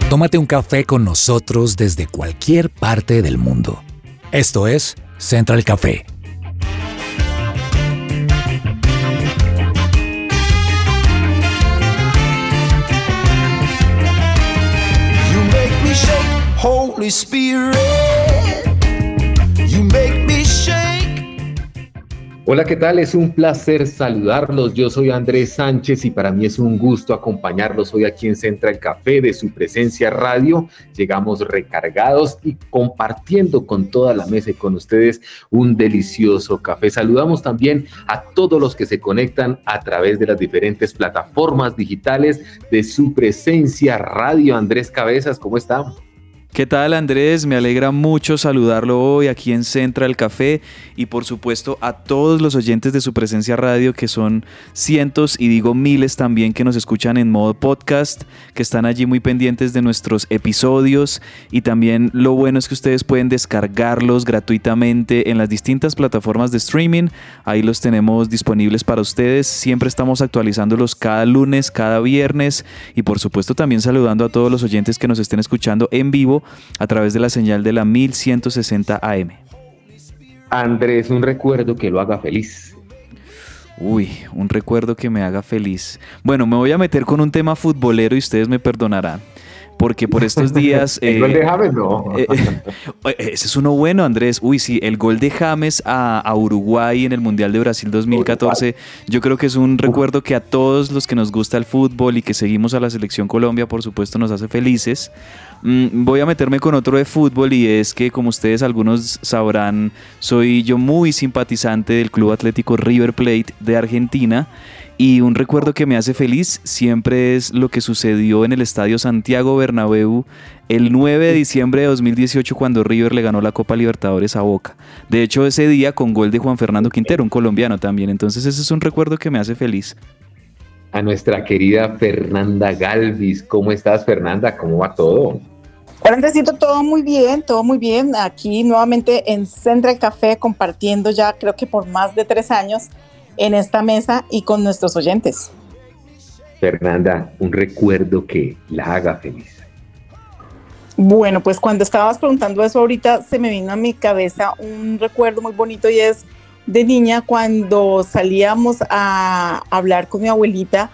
Tómate un café con nosotros desde cualquier parte del mundo. Esto es Central Café. You make me shake, Holy Spirit. You make me shake. Hola, ¿qué tal? Es un placer saludarlos. Yo soy Andrés Sánchez y para mí es un gusto acompañarlos hoy aquí en Central Café de su presencia radio. Llegamos recargados y compartiendo con toda la mesa y con ustedes un delicioso café. Saludamos también a todos los que se conectan a través de las diferentes plataformas digitales de su presencia radio. Andrés Cabezas, ¿cómo está? ¿Qué tal, Andrés? Me alegra mucho saludarlo hoy aquí en Central Café y por supuesto a todos los oyentes de su presencia radio, que son cientos y digo miles también, que nos escuchan en modo podcast, que están allí muy pendientes de nuestros episodios, y también lo bueno es que ustedes pueden descargarlos gratuitamente en las distintas plataformas de streaming. Ahí los tenemos disponibles para ustedes. Siempre estamos actualizándolos cada lunes, cada viernes, y por supuesto también saludando a todos los oyentes que nos estén escuchando en vivo a través de la señal de la 1160 AM. Andrés, un recuerdo que lo haga feliz. Uy, un recuerdo que me haga feliz. Bueno, me voy a meter con un tema futbolero y ustedes me perdonarán, porque por estos días... ¿El gol de James? No. Ese es uno bueno, Andrés. Uy, sí, el gol de James a Uruguay en el Mundial de Brasil 2014. Yo creo que es un recuerdo que a todos los que nos gusta el fútbol y que seguimos a la Selección Colombia, por supuesto, nos hace felices. Voy a meterme con otro de fútbol, y es que, como ustedes algunos sabrán, soy yo muy simpatizante del Club Atlético River Plate de Argentina. Y un recuerdo que me hace feliz siempre es lo que sucedió en el Estadio Santiago Bernabéu el 9 de diciembre de 2018, cuando River le ganó la Copa Libertadores a Boca. De hecho, ese día con gol de Juan Fernando Quintero, un colombiano también. Entonces ese es un recuerdo que me hace feliz. A nuestra querida Fernanda Galvis. ¿Cómo estás, Fernanda? ¿Cómo va todo? Hola, Andresito, todo muy bien, todo muy bien. Aquí nuevamente en Central Café, compartiendo ya creo que por más de 3 años en esta mesa y con nuestros oyentes. Fernanda, un recuerdo que la haga feliz. Bueno, pues cuando estabas preguntando eso ahorita, se me vino a mi cabeza un recuerdo muy bonito, y es de niña cuando salíamos a hablar con mi abuelita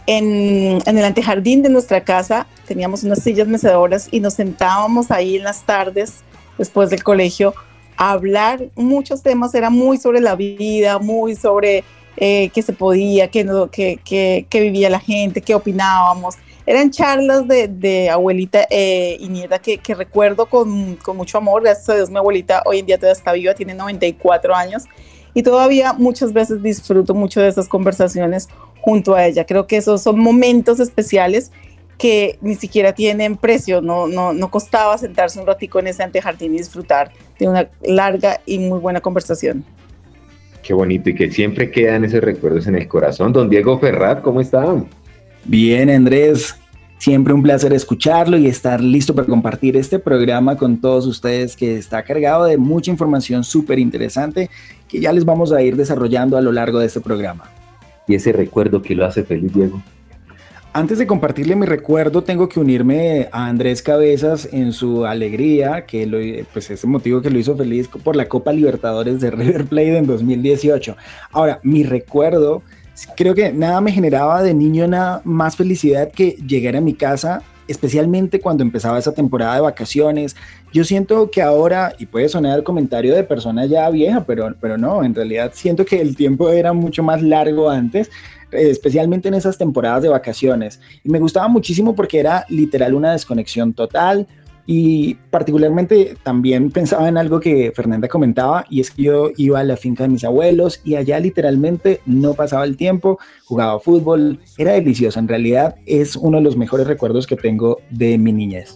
en el antejardín de nuestra casa. Teníamos unas sillas mecedoras y nos sentábamos ahí en las tardes después del colegio a hablar muchos temas. Era muy sobre la vida, muy sobre qué se podía, qué vivía la gente, qué opinábamos. Eran charlas de abuelita y nieta que recuerdo con mucho amor. Gracias a Dios, mi abuelita hoy en día todavía está viva, tiene 94 años, y todavía muchas veces disfruto mucho de esas conversaciones junto a ella. Creo que esos son momentos especiales que ni siquiera tienen precio. No costaba sentarse un ratico en ese antejardín y disfrutar de una larga y muy buena conversación. Qué bonito, y que siempre quedan esos recuerdos en el corazón. Don Diego Ferrat, ¿cómo está? Bien, Andrés, siempre un placer escucharlo y estar listo para compartir este programa con todos ustedes, que está cargado de mucha información súper interesante que ya les vamos a ir desarrollando a lo largo de este programa. ¿Y ese recuerdo que lo hace feliz, Diego? Antes de compartirle mi recuerdo, tengo que unirme a Andrés Cabezas en su alegría, pues ese motivo que lo hizo feliz por la Copa Libertadores de River Plate en 2018. Ahora, mi recuerdo, creo que nada me generaba de niño nada más felicidad que llegar a mi casa, especialmente cuando empezaba esa temporada de vacaciones. Yo siento que ahora, y puede sonar el comentario de persona ya vieja, pero no, en realidad siento que el tiempo era mucho más largo antes, especialmente en esas temporadas de vacaciones. Y me gustaba muchísimo porque era literal una desconexión total. Y particularmente también pensaba en algo que Fernanda comentaba, y es que yo iba a la finca de mis abuelos y allá literalmente no pasaba el tiempo, jugaba fútbol, era delicioso. En realidad es uno de los mejores recuerdos que tengo de mi niñez.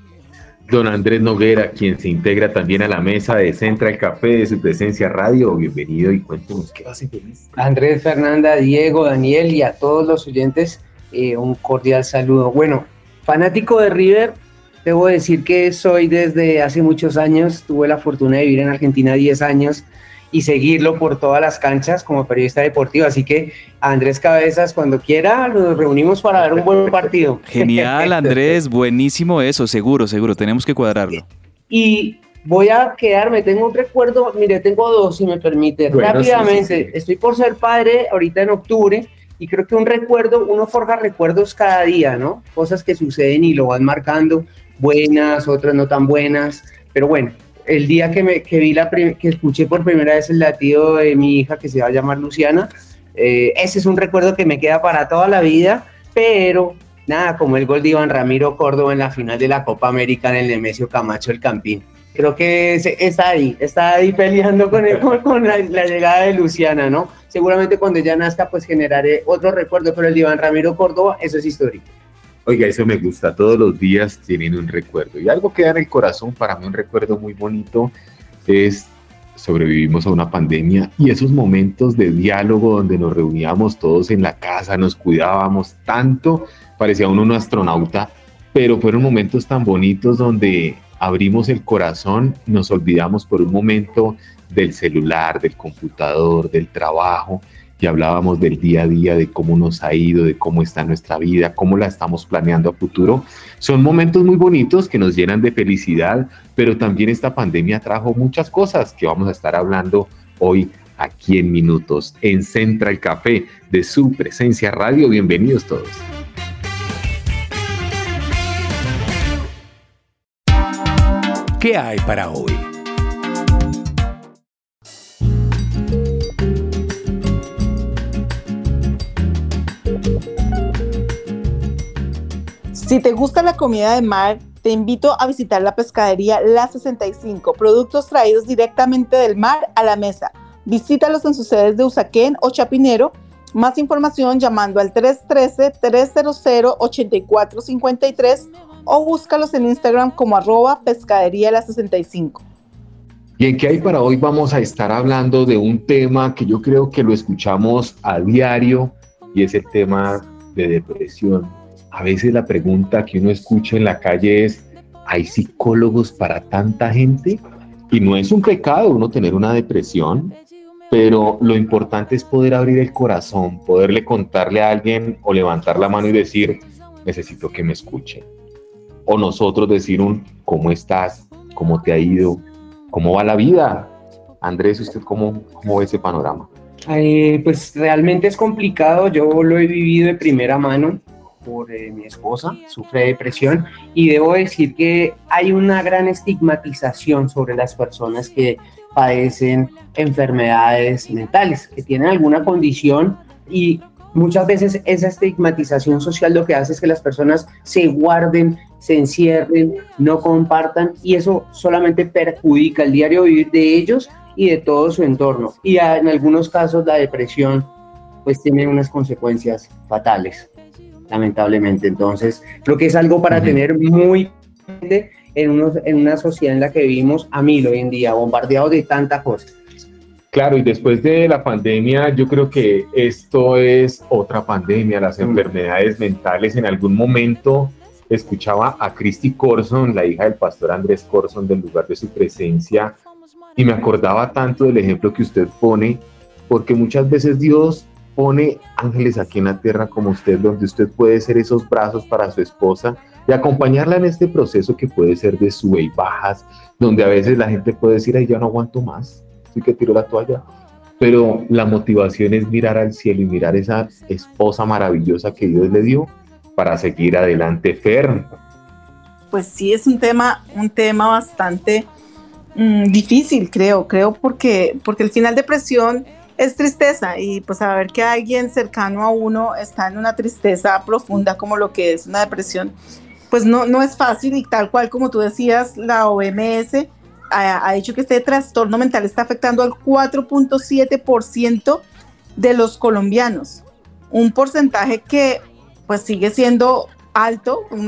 Don Andrés Noguera, quien se integra también a la mesa de Central Café de su presencia radio, bienvenido y cuéntenos qué hace feliz. Andrés, Fernanda, Diego, Daniel y a todos los oyentes, un cordial saludo. Bueno, fanático de River, debo decir que soy desde hace muchos años. Tuve la fortuna de vivir en Argentina 10 años y seguirlo por todas las canchas como periodista deportivo. Así que Andrés Cabezas, cuando quiera, nos reunimos para ver un buen partido. Genial, Andrés, buenísimo eso, seguro, tenemos que cuadrarlo. Y voy a quedarme, tengo un recuerdo, mire, tengo dos, si me permite, bueno, rápidamente. Sí. Estoy por ser padre ahorita en octubre, y creo que un recuerdo, uno forja recuerdos cada día, ¿no? Cosas que suceden y lo van marcando, buenas, otras no tan buenas, pero bueno, el día que escuché por primera vez el latido de mi hija, que se va a llamar Luciana, ese es un recuerdo que me queda para toda la vida, pero nada, como el gol de Iván Ramiro Córdoba en la final de la Copa América en el Nemesio Camacho el Campín. Creo que está ahí peleando con la llegada de Luciana, ¿no? Seguramente cuando ella nazca, pues generaré otro recuerdo, pero el de Iván Ramiro Córdoba, eso es histórico. Oiga, eso me gusta, todos los días tienen un recuerdo, y algo queda en el corazón. Para mí un recuerdo muy bonito es sobrevivimos a una pandemia, y esos momentos de diálogo donde nos reuníamos todos en la casa, nos cuidábamos tanto, parecía uno un astronauta, pero fueron momentos tan bonitos donde abrimos el corazón, nos olvidamos por un momento del celular, del computador, del trabajo, y hablábamos del día a día, de cómo nos ha ido, de cómo está nuestra vida, cómo la estamos planeando a futuro. Son momentos muy bonitos que nos llenan de felicidad, pero también esta pandemia trajo muchas cosas que vamos a estar hablando hoy aquí en Minutos, en Central Café de Su Presencia Radio. Bienvenidos todos. ¿Qué hay para hoy? Si te gusta la comida de mar, te invito a visitar la pescadería La 65, productos traídos directamente del mar a la mesa. Visítalos en sus sedes de Usaquén o Chapinero. Más información llamando al 313-300-8453 o búscalos en Instagram como @pescadería La 65. ¿Y en qué hay para hoy? Vamos a estar hablando de un tema que yo creo que lo escuchamos a diario, y es el tema de depresión. A veces la pregunta que uno escucha en la calle es: ¿hay psicólogos para tanta gente? Y no es un pecado uno tener una depresión, pero lo importante es poder abrir el corazón, poderle contarle a alguien o levantar la mano y decir: necesito que me escuchen. O nosotros decir ¿cómo estás? ¿Cómo te ha ido? ¿Cómo va la vida? Andrés, ¿usted cómo ve ese panorama? Pues realmente es complicado, yo lo he vivido de primera mano por mi esposa, sufre de depresión, y debo decir que hay una gran estigmatización sobre las personas que padecen enfermedades mentales, que tienen alguna condición, y muchas veces esa estigmatización social lo que hace es que las personas se guarden, se encierren, no compartan, y eso solamente perjudica el diario vivir de ellos y de todo su entorno. Y en algunos casos la depresión pues tiene unas consecuencias fatales, lamentablemente. Entonces creo que es algo para tener muy presente en una sociedad en la que vivimos a mil hoy en día, bombardeados de tantas cosas. Claro, y después de la pandemia, yo creo que esto es otra pandemia, las enfermedades mentales. En algún momento escuchaba a Christy Corson, la hija del pastor Andrés Corson, del lugar de Su Presencia, y me acordaba tanto del ejemplo que usted pone, porque muchas veces Dios pone ángeles aquí en la tierra como usted, donde usted puede ser esos brazos para su esposa y acompañarla en este proceso que puede ser de sube y bajas, donde a veces la gente puede decir: ay, ya no aguanto más, así que tiro la toalla. Pero la motivación es mirar al cielo y mirar esa esposa maravillosa que Dios le dio para seguir adelante. Fer. Pues sí, es un tema bastante difícil, creo porque al final depresión es tristeza, y pues saber que alguien cercano a uno está en una tristeza profunda como lo que es una depresión, pues no es fácil, y tal cual como tú decías, la OMS ha dicho que este trastorno mental está afectando al 4.7% de los colombianos, un porcentaje que pues sigue siendo alto, el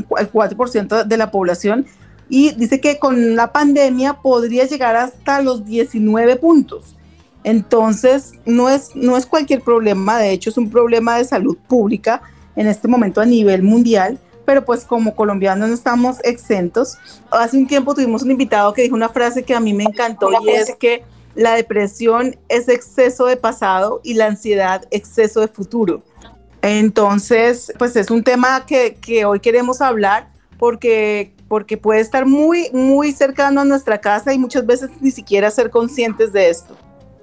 4% de la población, y dice que con la pandemia podría llegar hasta los 19 puntos. Entonces no es cualquier problema, de hecho es un problema de salud pública en este momento a nivel mundial, pero pues como colombianos no estamos exentos. Hace un tiempo tuvimos un invitado que dijo una frase que a mí me encantó, y es que la depresión es exceso de pasado y la ansiedad exceso de futuro. Entonces, pues es un tema que hoy queremos hablar porque puede estar muy, muy cercano a nuestra casa y muchas veces ni siquiera ser conscientes de esto.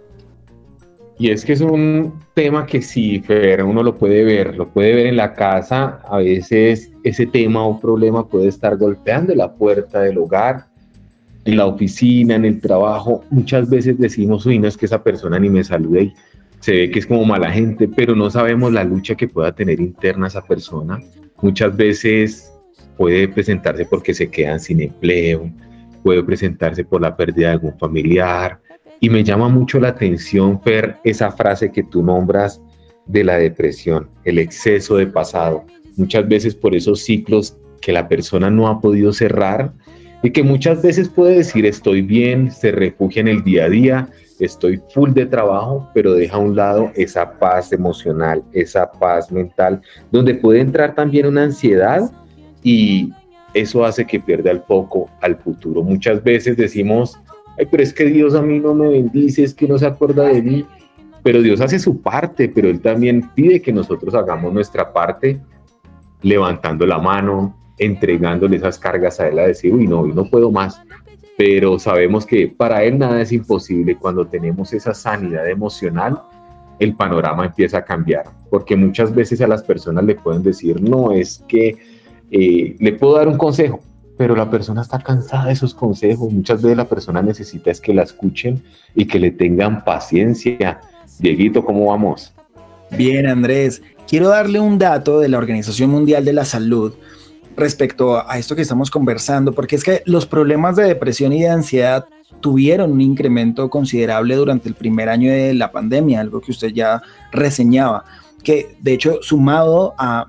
Y es que es un tema que sí, Fer, uno lo puede ver en la casa. A veces ese tema o problema puede estar golpeando la puerta del hogar, en la oficina, en el trabajo. Muchas veces decimos, uy, no, es que esa persona ni me saluda y se ve que es como mala gente, pero no sabemos la lucha que pueda tener interna esa persona. Muchas veces puede presentarse porque se quedan sin empleo, puede presentarse por la pérdida de algún familiar. Y me llama mucho la atención, Fer, esa frase que tú nombras de la depresión, el exceso de pasado. Muchas veces por esos ciclos que la persona no ha podido cerrar y que muchas veces puede decir estoy bien, se refugia en el día a día, estoy full de trabajo, pero deja a un lado esa paz emocional, esa paz mental, donde puede entrar también una ansiedad y eso hace que pierda el foco al futuro. Muchas veces decimos, ay, pero es que Dios a mí no me bendice, es que no se acuerda de mí, pero Dios hace su parte, pero Él también pide que nosotros hagamos nuestra parte, levantando la mano, entregándole esas cargas a Él a decir, uy, no, hoy no puedo más, pero sabemos que para Él nada es imposible. Cuando tenemos esa sanidad emocional, el panorama empieza a cambiar, porque muchas veces a las personas le pueden decir, no, es que le puedo dar un consejo, pero la persona está cansada de esos consejos. Muchas veces la persona necesita es que la escuchen y que le tengan paciencia. Dieguito, ¿cómo vamos? Bien, Andrés. Quiero darle un dato de la Organización Mundial de la Salud respecto a esto que estamos conversando, porque es que los problemas de depresión y de ansiedad tuvieron un incremento considerable durante el primer año de la pandemia, algo que usted ya reseñaba, que de hecho sumado a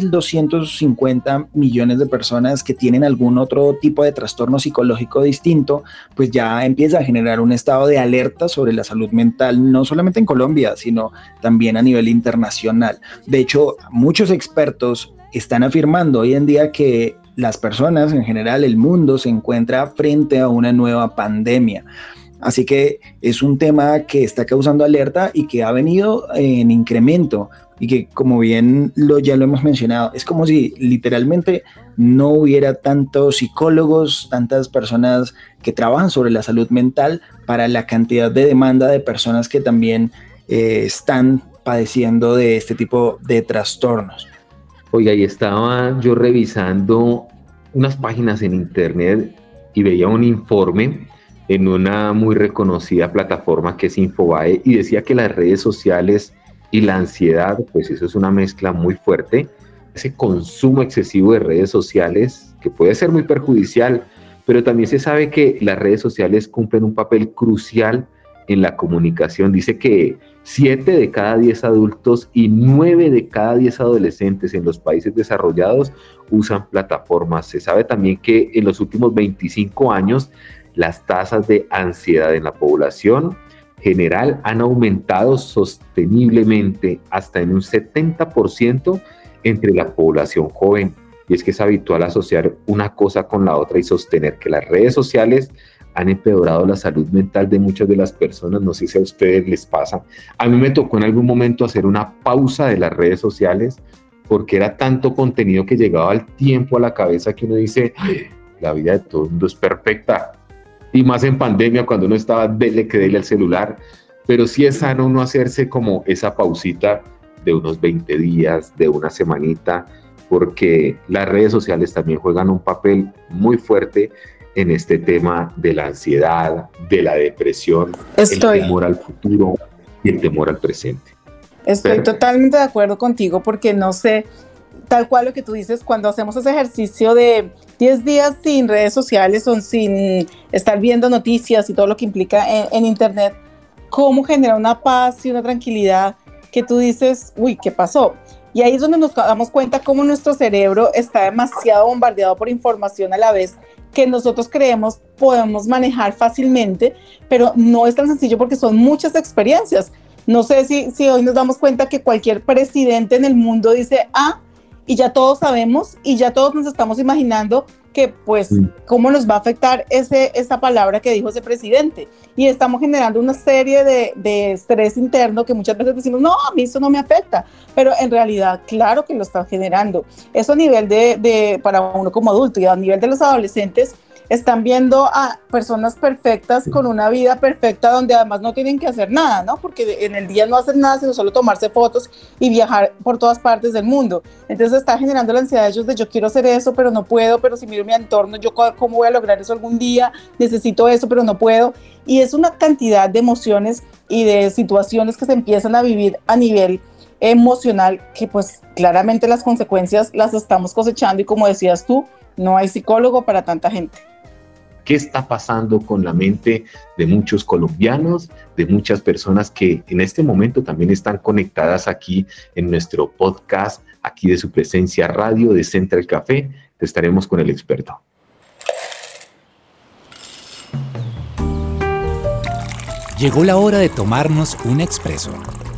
1.250 millones de personas que tienen algún otro tipo de trastorno psicológico distinto, pues ya empieza a generar un estado de alerta sobre la salud mental, no solamente en Colombia, sino también a nivel internacional. De hecho, muchos expertos están afirmando hoy en día que las personas en general, el mundo se encuentra frente a una nueva pandemia. Así que es un tema que está causando alerta y que ha venido en incremento y que, como bien ya lo hemos mencionado, es como si literalmente no hubiera tantos psicólogos, tantas personas que trabajan sobre la salud mental para la cantidad de demanda de personas que también están padeciendo de este tipo de trastornos. Oiga, y estaba yo revisando unas páginas en internet y veía un informe en una muy reconocida plataforma que es Infobae y decía que las redes sociales y la ansiedad, pues eso es una mezcla muy fuerte. Ese consumo excesivo de redes sociales que puede ser muy perjudicial, pero también se sabe que las redes sociales cumplen un papel crucial en la comunicación. Dice que 7 de cada 10 adultos y 9 de cada 10 adolescentes en los países desarrollados usan plataformas. Se sabe también que en los últimos 25 años las tasas de ansiedad en la población general han aumentado sosteniblemente hasta en un 70% entre la población joven. Y es que es habitual asociar una cosa con la otra y sostener que las redes sociales han empeorado la salud mental de muchas de las personas. No sé si a ustedes les pasa. A mí me tocó en algún momento hacer una pausa de las redes sociales porque era tanto contenido que llegaba al tiempo a la cabeza que uno dice, la vida de todo el mundo es perfecta. Y más en pandemia, cuando uno estaba dele al celular. Pero sí es sano uno hacerse como esa pausita de unos 20 días, de una semanita, porque las redes sociales también juegan un papel muy fuerte en este tema de la ansiedad, de la depresión, el temor al futuro y el temor al presente. Estoy totalmente de acuerdo contigo porque no sé, tal cual lo que tú dices, cuando hacemos ese ejercicio de 10 días sin redes sociales o sin estar viendo noticias y todo lo que implica en internet, cómo genera una paz y una tranquilidad que tú dices, uy, ¿qué pasó? Y ahí es donde nos damos cuenta cómo nuestro cerebro está demasiado bombardeado por información a la vez que nosotros creemos podemos manejar fácilmente, pero no es tan sencillo porque son muchas experiencias. No sé si hoy nos damos cuenta que cualquier presidente en el mundo dice y ya todos sabemos y ya todos nos estamos imaginando que pues cómo nos va a afectar esa palabra que dijo ese presidente, y estamos generando una serie de estrés interno que muchas veces decimos, no, a mí eso no me afecta, pero en realidad claro que lo está generando. Eso a nivel para uno como adulto, y a nivel de los adolescentes están viendo a personas perfectas con una vida perfecta donde además no tienen que hacer nada, ¿no? Porque en el día no hacen nada sino solo tomarse fotos y viajar por todas partes del mundo. Entonces está generando la ansiedad de ellos de yo quiero hacer eso, pero no puedo, pero si miro mi entorno, yo cómo voy a lograr eso algún día, necesito eso, pero no puedo. Y es una cantidad de emociones y de situaciones que se empiezan a vivir a nivel emocional que pues claramente las consecuencias las estamos cosechando, y como decías tú, no hay psicólogo para tanta gente. ¿Qué está pasando con la mente de muchos colombianos, de muchas personas que en este momento también están conectadas aquí en nuestro podcast, aquí de su presencia radio de Central Café? Estaremos con el experto. Llegó la hora de tomarnos un expreso.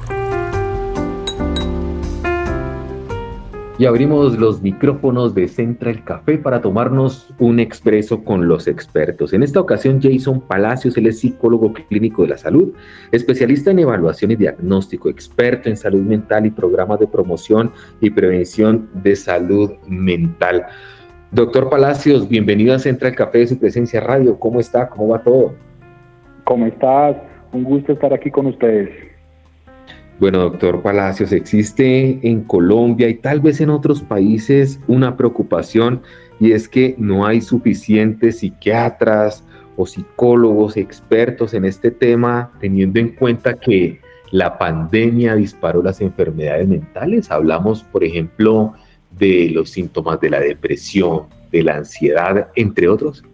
Y abrimos los micrófonos de Central Café para tomarnos un expreso con los expertos. En esta ocasión, Jason Palacios, él es psicólogo clínico de la salud, especialista en evaluación y diagnóstico, experto en salud mental y programas de promoción y prevención de salud mental. Doctor Palacios, bienvenido a Central Café de su presencia radio. ¿Cómo está? ¿Cómo va todo? ¿Cómo estás? Un gusto estar aquí con ustedes. Bueno, doctor Palacios, existe en Colombia y tal vez en otros países una preocupación, y es que no hay suficientes psiquiatras o psicólogos expertos en este tema, teniendo en cuenta que la pandemia disparó las enfermedades mentales. Hablamos, por ejemplo, de los síntomas de la depresión, de la ansiedad, entre otros.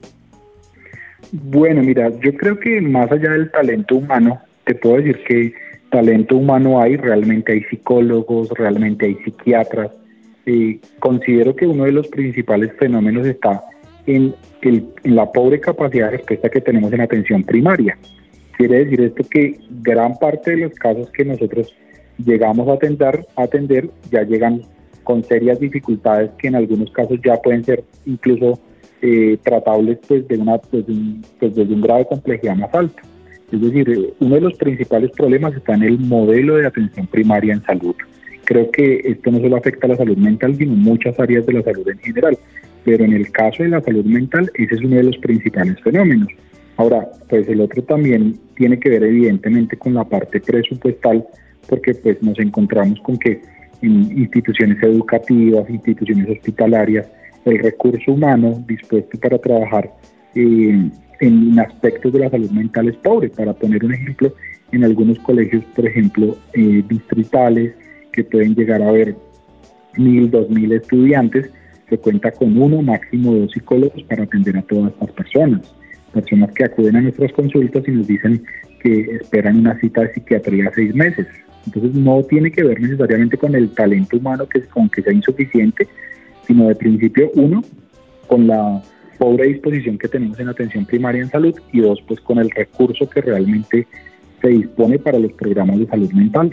Bueno, mira, yo creo que más allá del talento humano, te puedo decir que talento humano hay, realmente hay psicólogos, realmente hay psiquiatras. Considero que uno de los principales fenómenos está en la pobre capacidad de respuesta que tenemos en atención primaria. Quiere decir esto que gran parte de los casos que nosotros llegamos a atender ya llegan con serias dificultades que en algunos casos ya pueden ser incluso tratables pues desde un grado de complejidad más alto. Es decir, uno de los principales problemas está en el modelo de atención primaria en salud. Creo que esto no solo afecta a la salud mental, sino muchas áreas de la salud en general. Pero en el caso de la salud mental, ese es uno de los principales fenómenos. Ahora, pues el otro también tiene que ver evidentemente con la parte presupuestal, porque pues nos encontramos con que en instituciones educativas, instituciones hospitalarias, el recurso humano dispuesto para trabajar en aspectos de la salud mental es pobre. Para poner un ejemplo, en algunos colegios, por ejemplo, distritales, que pueden llegar a haber 1,000, 2,000 estudiantes, se cuenta con uno, máximo 2 psicólogos para atender a todas estas personas que acuden a nuestras consultas y nos dicen que esperan una cita de psiquiatría 6 meses. Entonces no tiene que ver necesariamente con el talento humano, con que sea insuficiente, sino de principio, uno, con la pobre disposición que tenemos en atención primaria en salud, y 2, pues con el recurso que realmente se dispone para los programas de salud mental.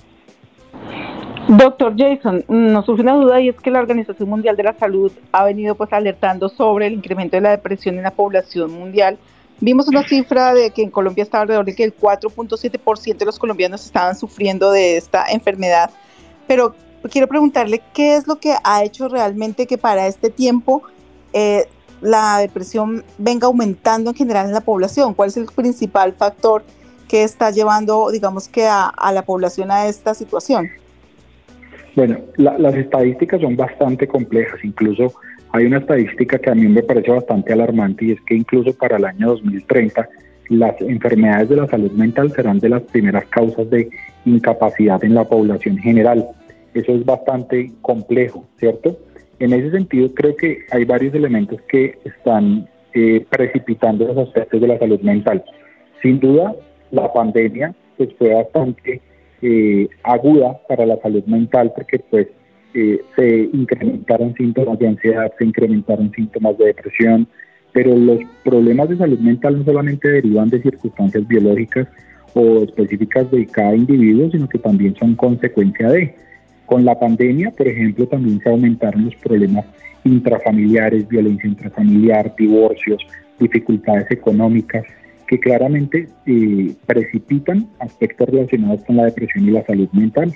Doctor Jason, nos surge una duda, y es que la Organización Mundial de la Salud ha venido pues alertando sobre el incremento de la depresión en la población mundial. Vimos una cifra de que en Colombia estaba alrededor de que el 4.7% de los colombianos estaban sufriendo de esta enfermedad, pero quiero preguntarle qué es lo que ha hecho realmente que para este tiempo la depresión venga aumentando en general en la población. ¿Cuál es el principal factor que está llevando, digamos, que a la población a esta situación? Bueno, las estadísticas son bastante complejas. Incluso hay una estadística que a mí me parece bastante alarmante, y es que incluso para el año 2030 las enfermedades de la salud mental serán de las primeras causas de incapacidad en la población general. Eso es bastante complejo, ¿cierto? En ese sentido, creo que hay varios elementos que están precipitando los aspectos de la salud mental. Sin duda, la pandemia pues, fue bastante aguda para la salud mental, porque pues se incrementaron síntomas de ansiedad, se incrementaron síntomas de depresión, pero los problemas de salud mental no solamente derivan de circunstancias biológicas o específicas de cada individuo, sino que también son consecuencia de. Con la pandemia, por ejemplo, también se aumentaron los problemas intrafamiliares, violencia intrafamiliar, divorcios, dificultades económicas, que claramente precipitan aspectos relacionados con la depresión y la salud mental.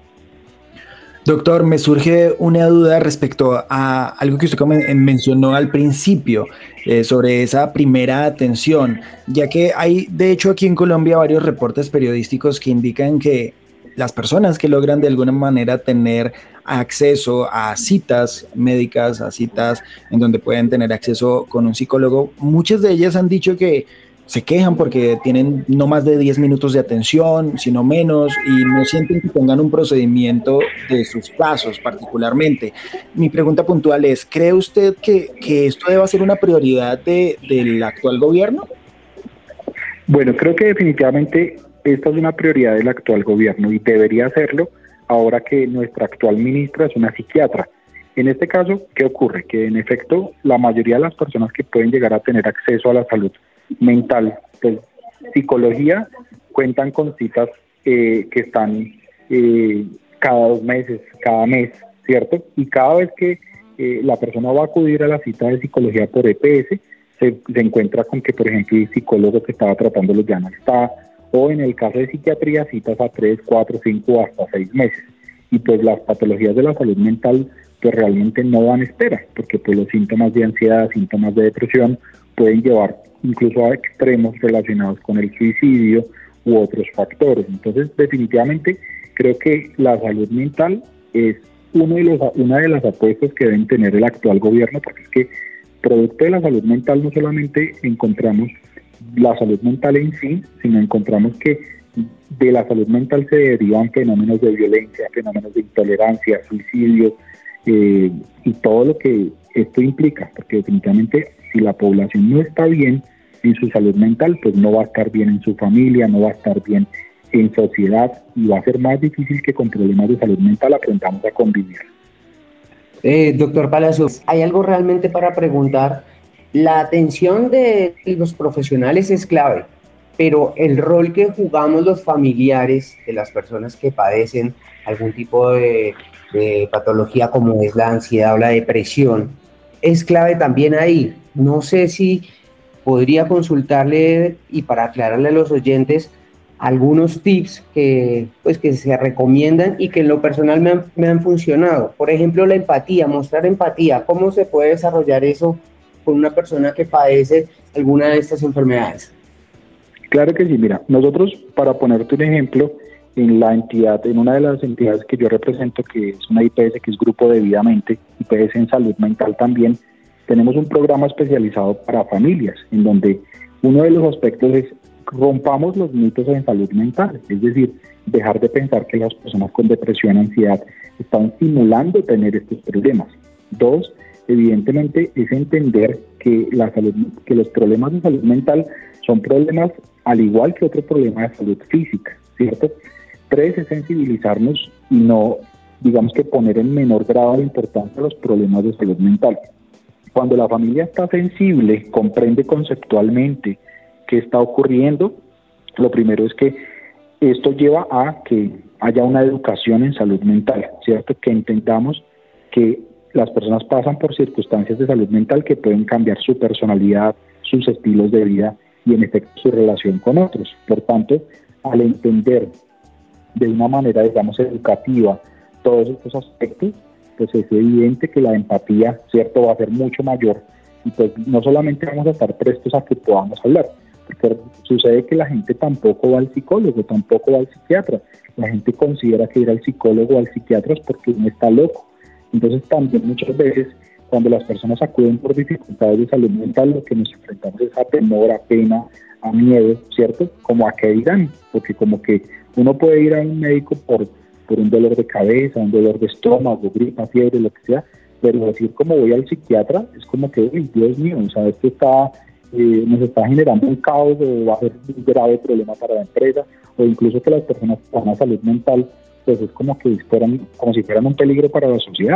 Doctor, me surge una duda respecto a algo que usted mencionó al principio, sobre esa primera atención, ya que hay, de hecho, aquí en Colombia varios reportes periodísticos que indican que las personas que logran de alguna manera tener acceso a citas médicas, a citas en donde pueden tener acceso con un psicólogo, muchas de ellas han dicho que se quejan porque tienen no más de 10 minutos de atención, sino menos, y no sienten que tengan un procedimiento de sus casos particularmente. Mi pregunta puntual es, ¿cree usted que esto deba ser una prioridad del actual gobierno? Bueno, creo que definitivamente esta es una prioridad del actual gobierno y debería hacerlo ahora que nuestra actual ministra es una psiquiatra. En este caso, ¿qué ocurre? Que en efecto la mayoría de las personas que pueden llegar a tener acceso a la salud mental, pues psicología, cuentan con citas que están cada 2 meses, cada mes, ¿cierto? Y cada vez que la persona va a acudir a la cita de psicología por EPS, se encuentra con que, por ejemplo, el psicólogo que estaba tratándolo ya no está, o en el caso de psiquiatría, citas a 3, 4, 5 hasta 6 meses. Y pues las patologías de la salud mental pues realmente no dan espera, porque pues los síntomas de ansiedad, síntomas de depresión pueden llevar incluso a extremos relacionados con el suicidio u otros factores. Entonces, definitivamente, creo que la salud mental es una de las apuestas que deben tener el actual gobierno, porque es que producto de la salud mental no solamente encontramos la salud mental en sí, sino encontramos que de la salud mental se derivan fenómenos de violencia, fenómenos de intolerancia, suicidios, y todo lo que esto implica, porque definitivamente si la población no está bien en su salud mental, pues no va a estar bien en su familia, no va a estar bien en sociedad, y va a ser más difícil que con problemas de salud mental aprendamos a convivir. Doctor Palacios, ¿hay algo realmente para preguntar? La atención de los profesionales es clave, pero el rol que jugamos los familiares de las personas que padecen algún tipo de patología como es la ansiedad o la depresión es clave también ahí. No sé si podría consultarle y para aclararle a los oyentes algunos tips que se recomiendan y que en lo personal me han funcionado. Por ejemplo, la empatía, mostrar empatía. ¿Cómo se puede desarrollar eso con una persona que padece alguna de estas enfermedades? Claro que sí, mira, nosotros, para ponerte un ejemplo, en una de las entidades que yo represento, que es una IPS, que es Grupo de Vida Mente, IPS en salud mental también, tenemos un programa especializado para familias, en donde uno de los aspectos es rompamos los mitos en salud mental, es decir, dejar de pensar que las personas con depresión, ansiedad, están simulando tener estos problemas. 2, evidentemente, es entender que los problemas de salud mental son problemas al igual que otro problema de salud física, ¿cierto? 3, es sensibilizarnos y no, digamos que poner en menor grado de importancia los problemas de salud mental. Cuando la familia está sensible, comprende conceptualmente qué está ocurriendo, lo primero es que esto lleva a que haya una educación en salud mental, ¿cierto? Que entendamos que las personas pasan por circunstancias de salud mental que pueden cambiar su personalidad, sus estilos de vida y en efecto su relación con otros. Por tanto, al entender de una manera, digamos, educativa todos estos aspectos, pues es evidente que la empatía, ¿cierto?, va a ser mucho mayor y pues no solamente vamos a estar prestos a que podamos hablar, porque sucede que la gente tampoco va al psicólogo, tampoco va al psiquiatra. La gente considera que ir al psicólogo o al psiquiatra es porque uno está loco. Entonces también muchas veces cuando las personas acuden por dificultades de salud mental, lo que nos enfrentamos es a temor, a pena, a miedo, ¿cierto? Como a qué dirán, porque como que uno puede ir a un médico por un dolor de cabeza, un dolor de estómago, gripa, fiebre, lo que sea, pero decir como voy al psiquiatra es como que, uy, Dios mío, o sea, esto nos está generando un caos o va a ser un grave problema para la empresa, o incluso que las personas que están a salud mental, pues es como que como si fueran un peligro para la sociedad.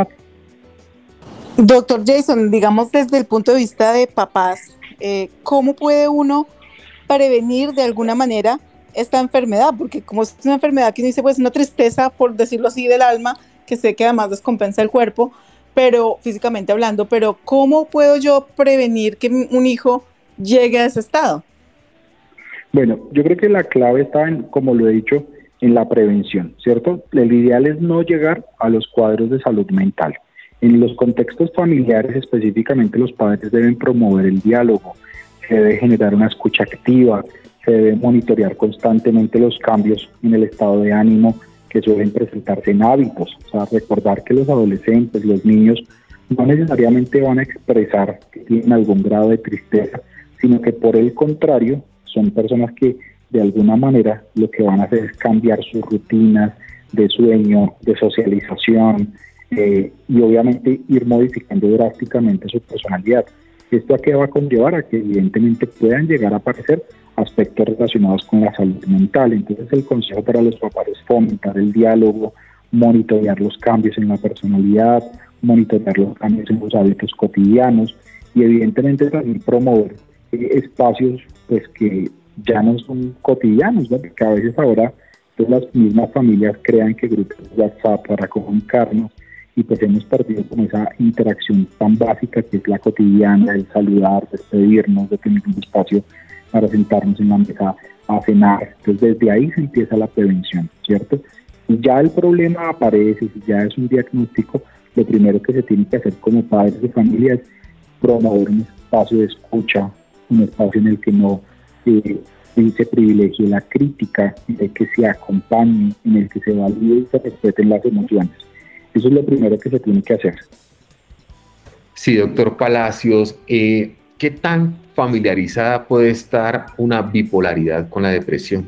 Doctor Jason, digamos desde el punto de vista de papás, ¿cómo puede uno prevenir de alguna manera esta enfermedad? Porque como es una enfermedad que uno dice, pues una tristeza, por decirlo así, del alma, que sé que además descompensa el cuerpo, pero físicamente hablando, pero ¿cómo puedo yo prevenir que un hijo llegue a ese estado? Bueno, yo creo que la clave está en, como lo he dicho, en la prevención, ¿cierto? El ideal es no llegar a los cuadros de salud mental. En los contextos familiares, específicamente, los padres deben promover el diálogo, se debe generar una escucha activa, se debe monitorear constantemente los cambios en el estado de ánimo que suelen presentarse en hábitos. O sea, recordar que los adolescentes, los niños, no necesariamente van a expresar que tienen algún grado de tristeza, sino que por el contrario, son personas que de alguna manera lo que van a hacer es cambiar sus rutinas de sueño, de socialización, y obviamente ir modificando drásticamente su personalidad. ¿Esto a qué va a conllevar? A que evidentemente puedan llegar a aparecer aspectos relacionados con la salud mental. Entonces el consejo para los papás es fomentar el diálogo, monitorear los cambios en la personalidad, monitorear los cambios en los hábitos cotidianos y evidentemente también promover espacios pues que ya no son cotidianos, ¿no? Porque a veces ahora pues, las mismas familias crean que grupos de WhatsApp para comunicarnos y pues hemos perdido como esa interacción tan básica que es la cotidiana, el saludar, despedirnos, de tener un espacio para sentarnos en la mesa a cenar. Entonces desde ahí se empieza la prevención, ¿cierto? Y ya el problema aparece, si ya es un diagnóstico, lo primero que se tiene que hacer como padres de familia es promover un espacio de escucha, un espacio en el que no se privilegie la crítica, en el que se acompañe, en el que se valide y se respeten las emociones. Eso es lo primero que se tiene que hacer. Sí, doctor Palacios, ¿qué tan familiarizada puede estar una bipolaridad con la depresión?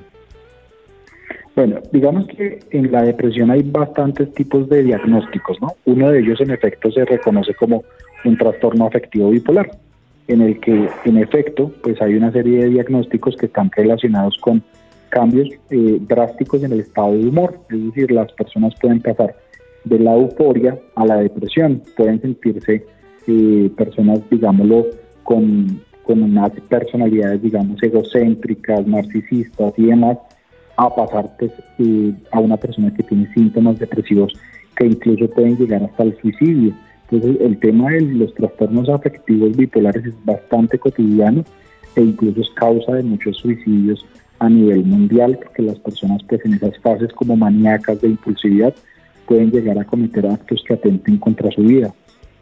Bueno, digamos que en la depresión hay bastantes tipos de diagnósticos, ¿no? Uno de ellos, en efecto, se reconoce como un trastorno afectivo bipolar, en el que, en efecto, pues hay una serie de diagnósticos que están relacionados con cambios drásticos en el estado de humor. Es decir, las personas pueden pasar de la euforia a la depresión, pueden sentirse personas, digámoslo, con unas personalidades, digamos, egocéntricas, narcisistas y demás, a pasar pues, a una persona que tiene síntomas depresivos que incluso pueden llegar hasta el suicidio. Entonces, el tema de los trastornos afectivos bipolares es bastante cotidiano e incluso es causa de muchos suicidios a nivel mundial, porque las personas pues en esas fases como maníacas de impulsividad pueden llegar a cometer actos que atenten contra su vida.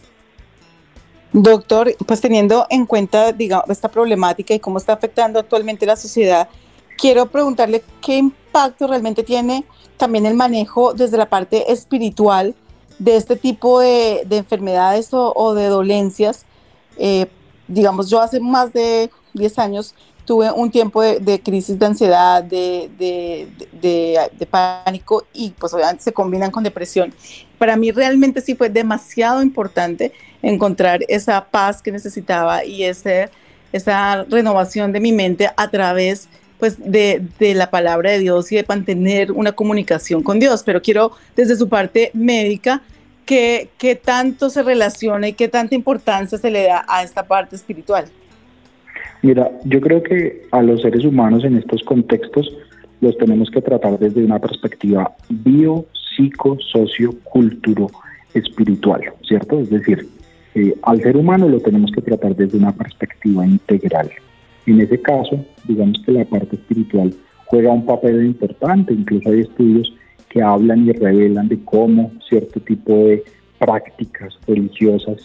Doctor, pues teniendo en cuenta, digamos, esta problemática y cómo está afectando actualmente la sociedad, quiero preguntarle qué impacto realmente tiene también el manejo desde la parte espiritual de este tipo de enfermedades o de dolencias. Digamos, yo hace más de 10 años tuve un tiempo de crisis de ansiedad, de pánico, y pues obviamente se combinan con depresión. Para mí realmente sí fue demasiado importante encontrar esa paz que necesitaba y esa renovación de mi mente a través pues de la palabra de Dios y de mantener una comunicación con Dios. Pero quiero, desde su parte médica, ¿qué tanto se relaciona y qué tanta importancia se le da a esta parte espiritual? Mira, yo creo que a los seres humanos en estos contextos los tenemos que tratar desde una perspectiva bio, psico, socio, culturo, espiritual, ¿cierto? Es decir, al ser humano lo tenemos que tratar desde una perspectiva integral. En ese caso, digamos que la parte espiritual juega un papel importante, incluso hay estudios que hablan y revelan de cómo cierto tipo de prácticas religiosas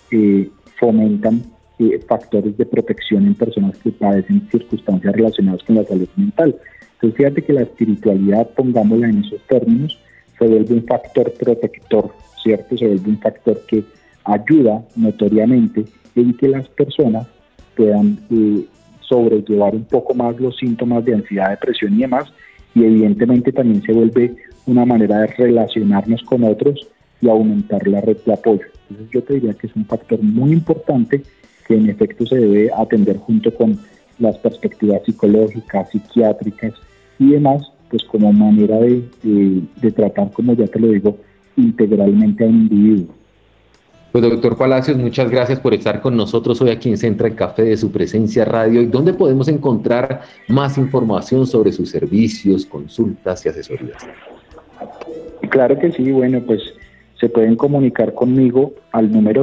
fomentan factores de protección en personas que padecen circunstancias relacionadas con la salud mental. Entonces fíjate que la espiritualidad, pongámosla en esos términos, se vuelve un factor protector, ¿cierto? Se vuelve un factor que ayuda notoriamente en que las personas puedan sobrellevar un poco más los síntomas de ansiedad, depresión y demás, y evidentemente también se vuelve una manera de relacionarnos con otros y aumentar la red de apoyo. Entonces yo te diría que es un factor muy importante que en efecto se debe atender junto con las perspectivas psicológicas, psiquiátricas y demás, pues como manera de tratar, como ya te lo digo, integralmente a un individuo. Pues doctor Palacios, muchas gracias por estar con nosotros hoy aquí en Central Café de Su Presencia Radio. ¿Y dónde podemos encontrar más información sobre sus servicios, consultas y asesorías? Claro que sí, bueno, pues se pueden comunicar conmigo al número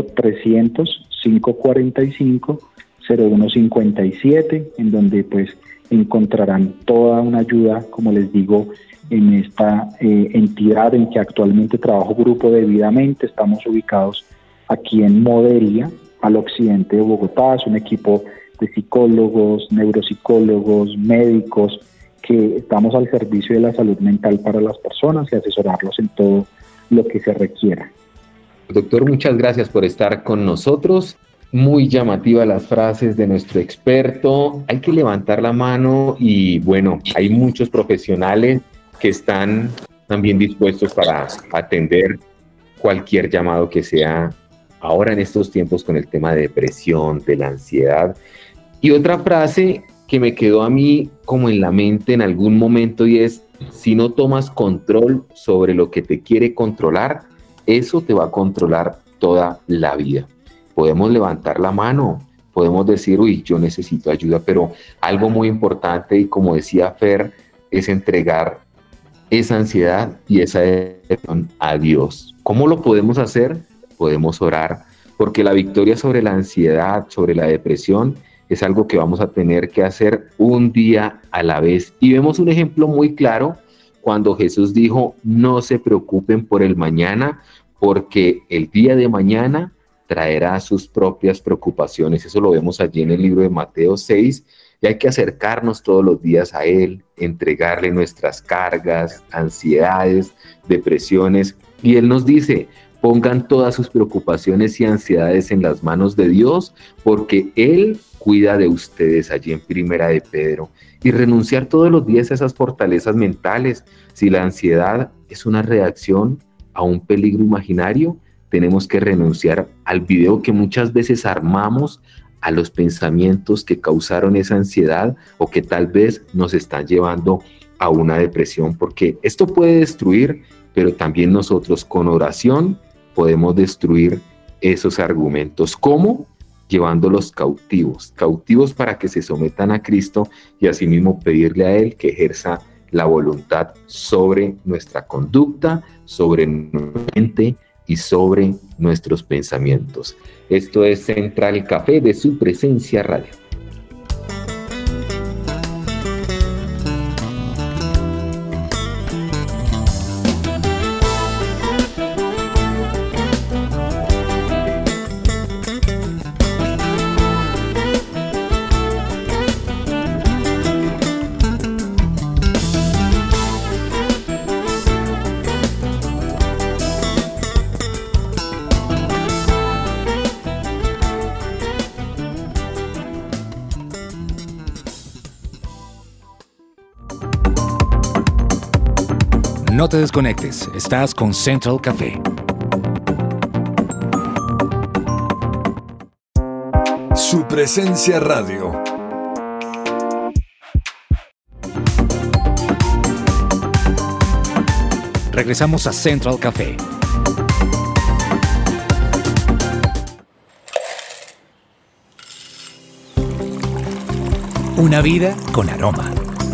300-545-0157, en donde pues encontrarán toda una ayuda, como les digo, en esta entidad en que actualmente trabajo, Grupo Debidamente. Estamos ubicados aquí en Modelia, al occidente de Bogotá. Es un equipo de psicólogos, neuropsicólogos, médicos, que estamos al servicio de la salud mental para las personas y asesorarlos en todo lo que se requiera. Doctor, muchas gracias por estar con nosotros. Muy llamativas las frases de nuestro experto. Hay que levantar la mano y bueno, hay muchos profesionales que están también dispuestos para atender cualquier llamado que sea ahora en estos tiempos con el tema de depresión, de la ansiedad. Y otra frase que me quedó a mí como en la mente en algún momento, y es: si no tomas control sobre lo que te quiere controlar, eso te va a controlar toda la vida. Podemos levantar la mano, podemos decir, uy, yo necesito ayuda, pero algo muy importante, y como decía Fer, es entregar esa ansiedad y esa depresión a Dios. ¿Cómo lo podemos hacer? Podemos orar, porque la victoria sobre la ansiedad, sobre la depresión, es algo que vamos a tener que hacer un día a la vez. Y vemos un ejemplo muy claro cuando Jesús dijo: no se preocupen por el mañana, porque el día de mañana traerá sus propias preocupaciones. Eso lo vemos allí en el libro de Mateo 6, y hay que acercarnos todos los días a Él, entregarle nuestras cargas, ansiedades, depresiones, y Él nos dice: pongan todas sus preocupaciones y ansiedades en las manos de Dios, porque Él cuida de ustedes, allí en Primera de Pedro. Y renunciar todos los días a esas fortalezas mentales. Si la ansiedad es una reacción a un peligro imaginario, tenemos que renunciar al video que muchas veces armamos, a los pensamientos que causaron esa ansiedad o que tal vez nos están llevando a una depresión, porque esto puede destruir, pero también nosotros con oración podemos destruir esos argumentos. ¿Cómo? Llevándolos cautivos para que se sometan a Cristo, y asimismo pedirle a Él que ejerza la voluntad sobre nuestra conducta, sobre nuestra mente y sobre nuestros pensamientos. Esto es Central Café de Su Presencia Radio. No te desconectes, estás con Central Café. Su Presencia Radio. Regresamos a Central Café. Una vida con aroma.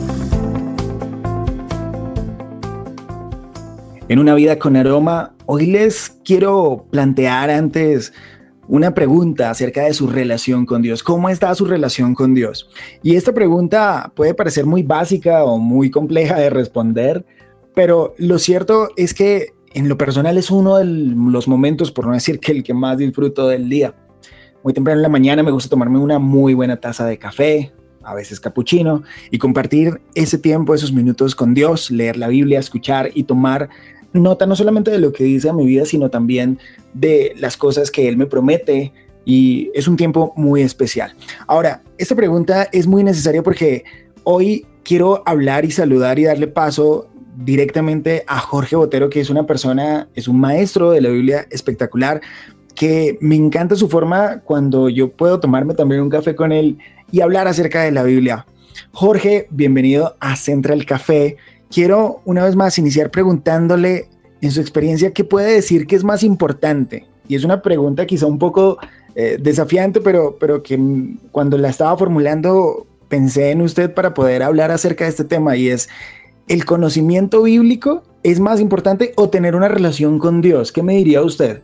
En Una Vida con Aroma, hoy les quiero plantear antes una pregunta acerca de su relación con Dios. ¿Cómo está su relación con Dios? Y esta pregunta puede parecer muy básica o muy compleja de responder, pero lo cierto es que en lo personal es uno de los momentos, por no decir que el que más disfruto del día. Muy temprano en la mañana me gusta tomarme una muy buena taza de café, a veces capuchino, y compartir ese tiempo, esos minutos con Dios, leer la Biblia, escuchar y tomar nota no solamente de lo que dice a mi vida, sino también de las cosas que Él me promete, y es un tiempo muy especial. Ahora, esta pregunta es muy necesaria porque hoy quiero hablar y saludar y darle paso directamente a Jorge Botero, que es una persona, es un maestro de la Biblia espectacular, que me encanta su forma cuando yo puedo tomarme también un café con él y hablar acerca de la Biblia. Jorge, bienvenido a Central Café. Quiero una vez más iniciar preguntándole, en su experiencia, ¿qué puede decir que es más importante? Y es una pregunta quizá un poco desafiante, pero que cuando la estaba formulando pensé en usted para poder hablar acerca de este tema, y es: ¿el conocimiento bíblico es más importante o tener una relación con Dios? ¿Qué me diría usted?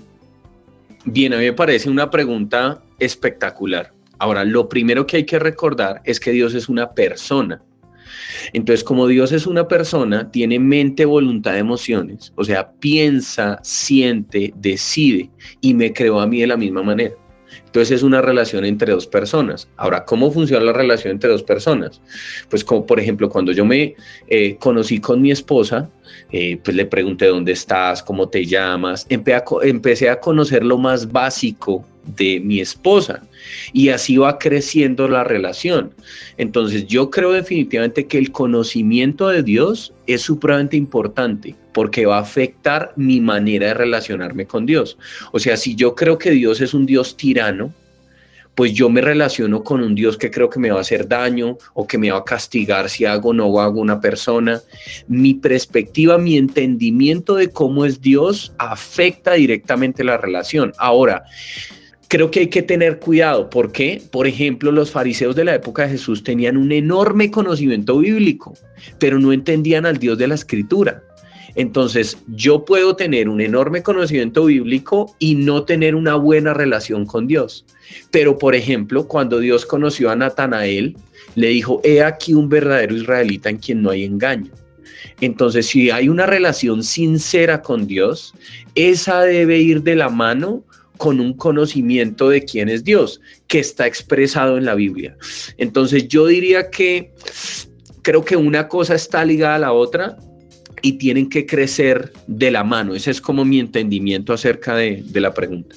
Bien, a mí me parece una pregunta espectacular. Ahora, lo primero que hay que recordar es que Dios es una persona. Entonces, como Dios es una persona, tiene mente, voluntad, emociones, o sea, piensa, siente, decide y me creó a mí de la misma manera. Entonces es una relación entre dos personas. Ahora, ¿cómo funciona la relación entre dos personas? Pues como por ejemplo, cuando yo me conocí con mi esposa, pues le pregunté dónde estás, cómo te llamas, empecé a conocer lo más básico de mi esposa y así va creciendo la relación. Entonces yo creo definitivamente que el conocimiento de Dios es supremamente importante porque va a afectar mi manera de relacionarme con Dios. O sea, si yo creo que Dios es un Dios tirano, pues yo me relaciono con un Dios que creo que me va a hacer daño o que me va a castigar si hago o no hago una persona. Mi perspectiva, mi entendimiento de cómo es Dios afecta directamente la relación. Ahora, creo que hay que tener cuidado. ¿Por qué? Por ejemplo, los fariseos de la época de Jesús tenían un enorme conocimiento bíblico, pero no entendían al Dios de la Escritura. Entonces, yo puedo tener un enorme conocimiento bíblico y no tener una buena relación con Dios. Pero, por ejemplo, cuando Dios conoció a Natanael, le dijo, he aquí un verdadero israelita en quien no hay engaño. Entonces, si hay una relación sincera con Dios, esa debe ir de la mano con un conocimiento de quién es Dios, que está expresado en la Biblia. Entonces, yo diría que creo que una cosa está ligada a la otra y tienen que crecer de la mano. Ese es como mi entendimiento acerca de la pregunta.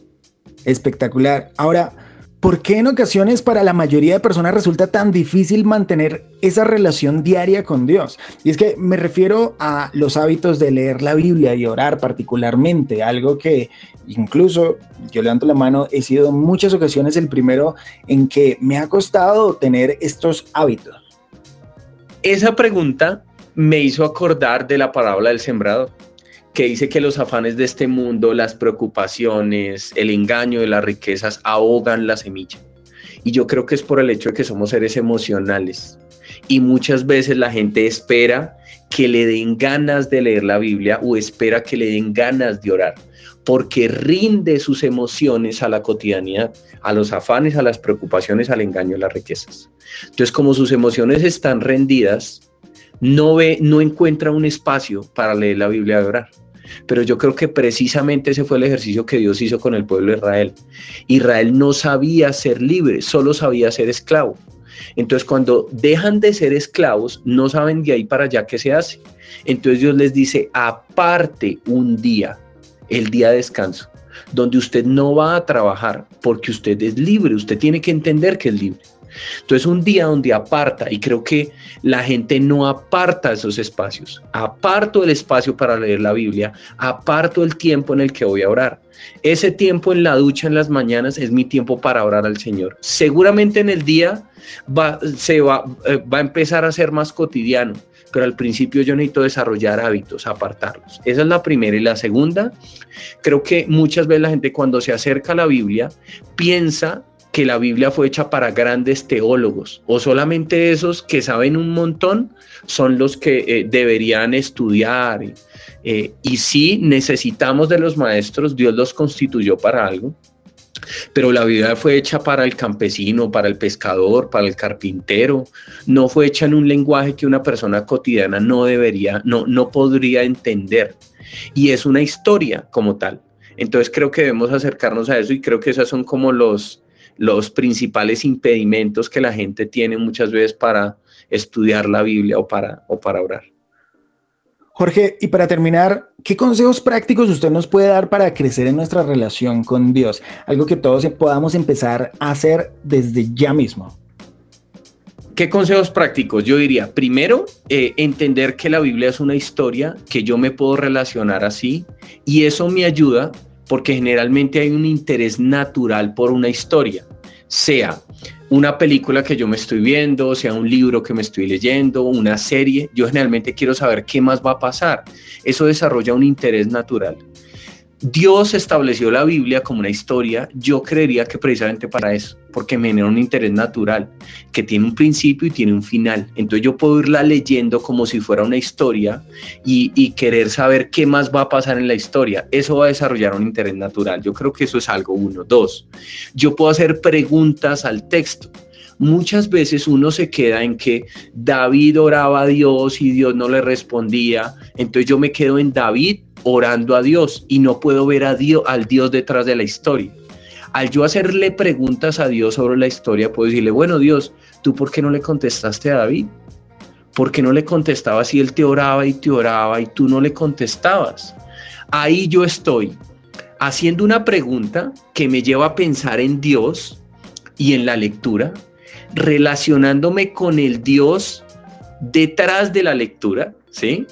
Espectacular. Ahora, ¿por qué en ocasiones para la mayoría de personas resulta tan difícil mantener esa relación diaria con Dios? Y es que me refiero a los hábitos de leer la Biblia y orar particularmente, algo que incluso, yo levanto la mano, he sido en muchas ocasiones el primero en que me ha costado tener estos hábitos. Esa pregunta me hizo acordar de la parábola del sembrador, que dice que los afanes de este mundo, las preocupaciones, el engaño de las riquezas ahogan la semilla. Y yo creo que es por el hecho de que somos seres emocionales. Y muchas veces la gente espera que le den ganas de leer la Biblia o espera que le den ganas de orar, porque rinde sus emociones a la cotidianidad, a los afanes, a las preocupaciones, al engaño de las riquezas. Entonces, como sus emociones están rendidas, no encuentra un espacio para leer la Biblia y orar. Pero yo creo que precisamente ese fue el ejercicio que Dios hizo con el pueblo de Israel. Israel no sabía ser libre, solo sabía ser esclavo. Entonces, cuando dejan de ser esclavos, no saben de ahí para allá qué se hace. Entonces Dios les dice, aparte un día, el día de descanso, donde usted no va a trabajar porque usted es libre, usted tiene que entender que es libre. Entonces un día donde aparta, y creo que la gente no aparta esos espacios, aparto el espacio para leer la Biblia, aparto el tiempo en el que voy a orar. Ese tiempo en la ducha en las mañanas es mi tiempo para orar al Señor. Seguramente en el día va a empezar a ser más cotidiano, pero al principio yo necesito desarrollar hábitos, apartarlos. Esa es la primera. Y la segunda, creo que muchas veces la gente cuando se acerca a la Biblia piensa que la Biblia fue hecha para grandes teólogos o solamente esos que saben un montón son los que deberían estudiar. Y sí, necesitamos de los maestros, Dios los constituyó para algo, pero la Biblia fue hecha para el campesino, para el pescador, para el carpintero. No fue hecha en un lenguaje que una persona cotidiana no podría entender. Y es una historia como tal. Entonces creo que debemos acercarnos a eso y creo que esos son como los principales impedimentos que la gente tiene muchas veces para estudiar la Biblia o para orar. Jorge, y para terminar, ¿qué consejos prácticos usted nos puede dar para crecer en nuestra relación con Dios? Algo que todos podamos empezar a hacer desde ya mismo. ¿Qué consejos prácticos? Yo diría, primero, entender que la Biblia es una historia, que yo me puedo relacionar así, y eso me ayuda porque generalmente hay un interés natural por una historia, sea una película que yo me estoy viendo, sea un libro que me estoy leyendo, una serie. Yo generalmente quiero saber qué más va a pasar. Eso desarrolla un interés natural. Dios estableció la Biblia como una historia, yo creería que precisamente para eso, porque me genera un interés natural, que tiene un principio y tiene un final. Entonces yo puedo irla leyendo como si fuera una historia y querer saber qué más va a pasar en la historia. Eso va a desarrollar un interés natural. Yo creo que eso es algo. 1, 2, yo puedo hacer preguntas al texto. Muchas veces uno se queda en que David oraba a Dios y Dios no le respondía, entonces yo me quedo en David orando a Dios y no puedo ver al Dios detrás de la historia. Al yo hacerle preguntas a Dios sobre la historia, puedo decirle, bueno, Dios, ¿tú por qué no le contestaste a David? ¿Por qué no le contestabas si él te oraba y tú no le contestabas? Ahí yo estoy haciendo una pregunta que me lleva a pensar en Dios y en la lectura, relacionándome con el Dios detrás de la lectura, ¿sí?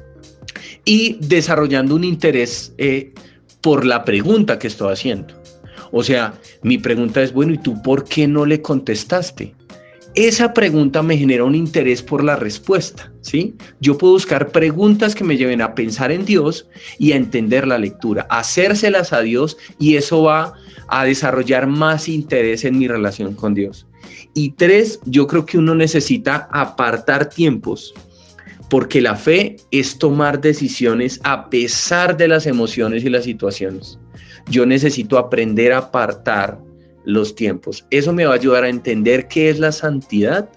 Y desarrollando un interés por la pregunta que estoy haciendo. O sea, mi pregunta es, bueno, ¿y tú por qué no le contestaste? Esa pregunta me genera un interés por la respuesta, ¿sí? Yo puedo buscar preguntas que me lleven a pensar en Dios y a entender la lectura, hacérselas a Dios, y eso va a desarrollar más interés en mi relación con Dios. Y 3, yo creo que uno necesita apartar tiempos, porque la fe es tomar decisiones a pesar de las emociones y las situaciones. Yo necesito aprender a apartar los tiempos. Eso me va a ayudar a entender qué es la santidad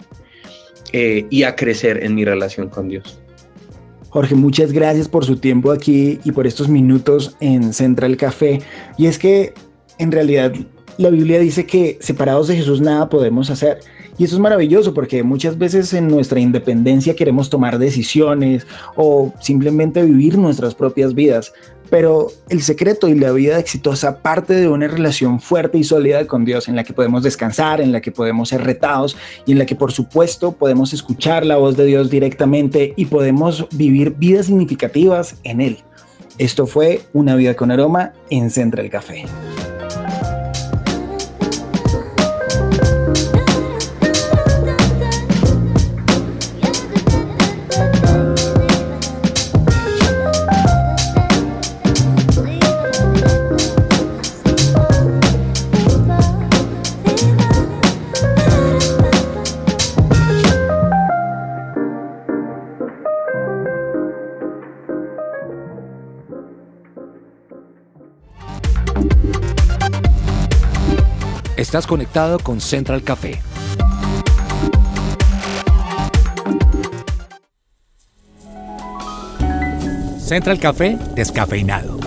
y a crecer en mi relación con Dios. Jorge, muchas gracias por su tiempo aquí y por estos minutos en Central Café. Y es que en realidad la Biblia dice que separados de Jesús nada podemos hacer. Y eso es maravilloso porque muchas veces en nuestra independencia queremos tomar decisiones o simplemente vivir nuestras propias vidas. Pero el secreto y la vida exitosa parte de una relación fuerte y sólida con Dios, en la que podemos descansar, en la que podemos ser retados y en la que, por supuesto, podemos escuchar la voz de Dios directamente y podemos vivir vidas significativas en Él. Esto fue Una Vida con Aroma en Central Café. Estás conectado con Central Café. Central Café descafeinado.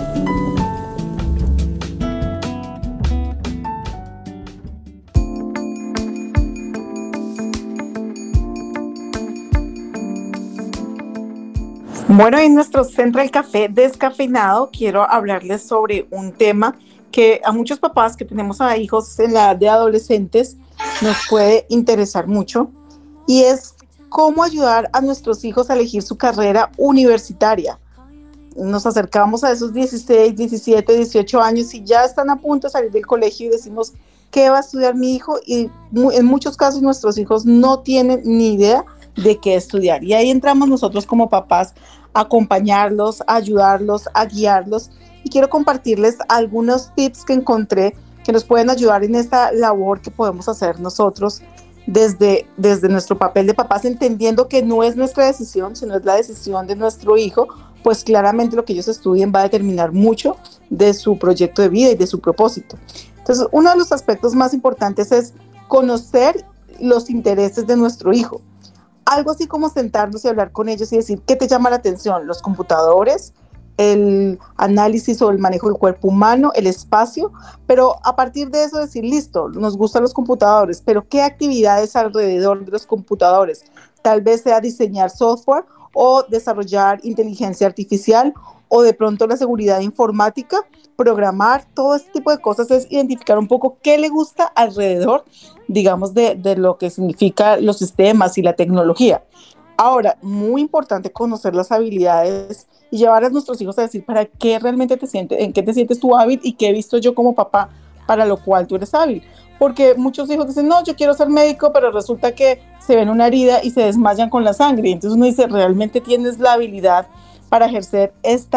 Bueno, en nuestro Central Café descafeinado quiero hablarles sobre un tema que a muchos papás que tenemos a hijos en la edad de adolescentes nos puede interesar mucho, y es cómo ayudar a nuestros hijos a elegir su carrera universitaria. Nos acercamos a esos 16, 17, 18 años y ya están a punto de salir del colegio y decimos, ¿qué va a estudiar mi hijo? Y en muchos casos nuestros hijos no tienen ni idea de qué estudiar. Y ahí entramos nosotros como papás a acompañarlos, a ayudarlos, a guiarlos. Y quiero compartirles algunos tips que encontré que nos pueden ayudar en esta labor que podemos hacer nosotros desde nuestro papel de papás, entendiendo que no es nuestra decisión, sino es la decisión de nuestro hijo, pues claramente lo que ellos estudien va a determinar mucho de su proyecto de vida y de su propósito. Entonces, uno de los aspectos más importantes es conocer los intereses de nuestro hijo. Algo así como sentarnos y hablar con ellos y decir, ¿qué te llama la atención? Los computadores, el análisis o el manejo del cuerpo humano, el espacio, pero a partir de eso decir, listo, nos gustan los computadores, pero ¿qué actividades alrededor de los computadores? Tal vez sea diseñar software o desarrollar inteligencia artificial, o de pronto la seguridad informática, programar, todo este tipo de cosas es identificar un poco qué le gusta alrededor, digamos, de lo que significa los sistemas y la tecnología. Ahora, muy importante conocer las habilidades y llevar a nuestros hijos a decir para qué realmente en qué te sientes tú hábil y qué he visto yo como papá para lo cual tú eres hábil. Porque muchos hijos dicen, no, yo quiero ser médico, pero resulta que se ven una herida y se desmayan con la sangre. Entonces uno dice, ¿realmente tienes la habilidad para ejercer esta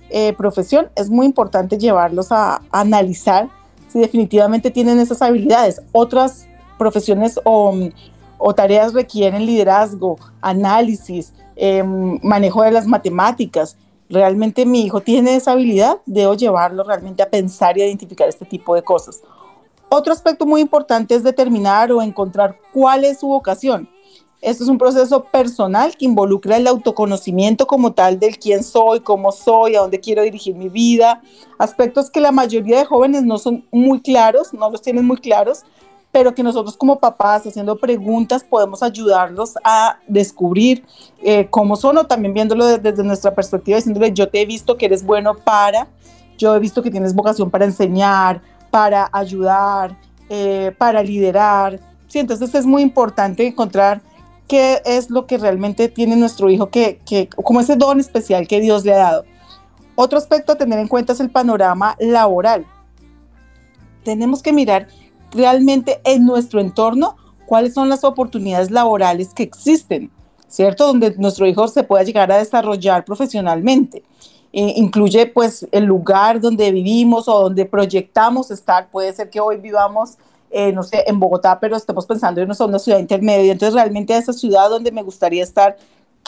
profesión, es muy importante llevarlos a analizar si definitivamente tienen esas habilidades. Otras profesiones o tareas requieren liderazgo, análisis, manejo de las matemáticas. ¿Realmente mi hijo tiene esa habilidad? Debo llevarlo realmente a pensar y a identificar este tipo de cosas. Otro aspecto muy importante es determinar o encontrar cuál es su vocación. Esto es un proceso personal que involucra el autoconocimiento como tal del quién soy, cómo soy, a dónde quiero dirigir mi vida. Aspectos que la mayoría de jóvenes no son muy claros, no los tienen muy claros, pero que nosotros como papás, haciendo preguntas, podemos ayudarlos a descubrir cómo son, o también viéndolo desde nuestra perspectiva, diciéndole: yo te he visto que eres bueno yo he visto que tienes vocación para enseñar, para ayudar, para liderar. Sí, entonces es muy importante encontrar qué es lo que realmente tiene nuestro hijo, como ese don especial que Dios le ha dado. Otro aspecto a tener en cuenta es el panorama laboral. Tenemos que mirar realmente en nuestro entorno cuáles son las oportunidades laborales que existen, ¿cierto? Donde nuestro hijo se pueda llegar a desarrollar profesionalmente. Incluye pues el lugar donde vivimos o donde proyectamos estar. Puede ser que hoy vivamos no sé, en Bogotá, pero estamos pensando en una ciudad intermedia. Entonces realmente a esa ciudad donde me gustaría estar,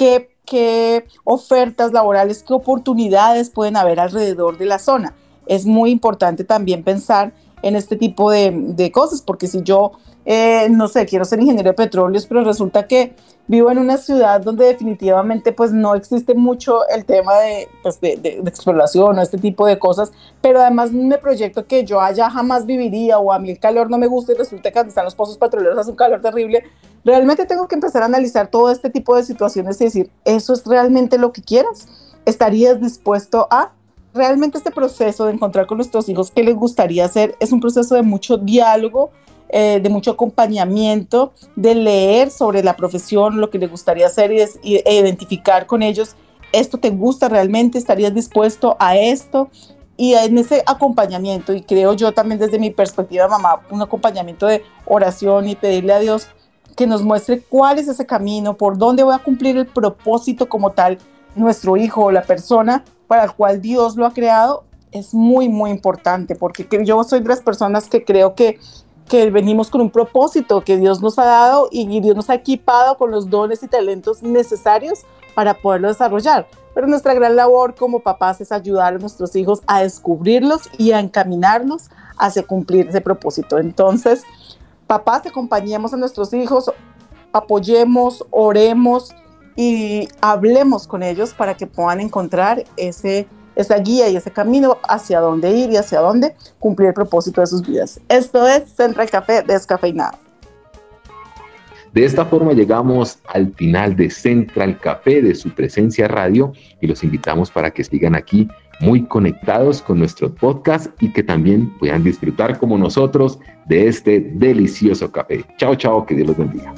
¿qué ofertas laborales, qué oportunidades pueden haber alrededor de la zona? Es muy importante también pensar en este tipo de cosas, porque si yo, no sé, quiero ser ingeniero de petróleos, pero resulta que vivo en una ciudad donde definitivamente pues no existe mucho el tema de exploración o este tipo de cosas, pero además me proyecto que yo allá jamás viviría, o a mí el calor no me gusta y resulta que donde están los pozos petroleros hace un calor terrible. Realmente tengo que empezar a analizar todo este tipo de situaciones y decir: ¿eso es realmente lo que quieras? ¿Estarías dispuesto a? Realmente este proceso de encontrar con nuestros hijos qué les gustaría hacer es un proceso de mucho diálogo, de mucho acompañamiento, de leer sobre la profesión, lo que les gustaría hacer e identificar con ellos: ¿esto te gusta realmente? ¿Estarías dispuesto a esto? Y en ese acompañamiento, y creo yo también desde mi perspectiva de mamá, un acompañamiento de oración y pedirle a Dios que nos muestre cuál es ese camino, por dónde voy a cumplir el propósito como tal, nuestro hijo o la persona para el cual Dios lo ha creado, es muy, muy importante, porque yo soy de las personas que creo que venimos con un propósito que Dios nos ha dado, y Dios nos ha equipado con los dones y talentos necesarios para poderlo desarrollar. Pero nuestra gran labor como papás es ayudar a nuestros hijos a descubrirlos y a encaminarlos hacia cumplir ese propósito. Entonces, papás, acompañemos a nuestros hijos, apoyemos, oremos y hablemos con ellos para que puedan encontrar esa guía y ese camino hacia dónde ir y hacia dónde cumplir el propósito de sus vidas. Esto es Central Café Descafeinado. De esta forma llegamos al final de Central Café, de su presencia radio, y los invitamos para que sigan aquí muy conectados con nuestro podcast y que también puedan disfrutar como nosotros de este delicioso café. Chao, chao, que Dios los bendiga.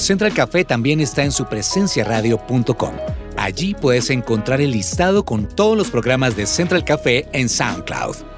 Central Café también está en supresenciaradio.com. Allí puedes encontrar el listado con todos los programas de Central Café en SoundCloud.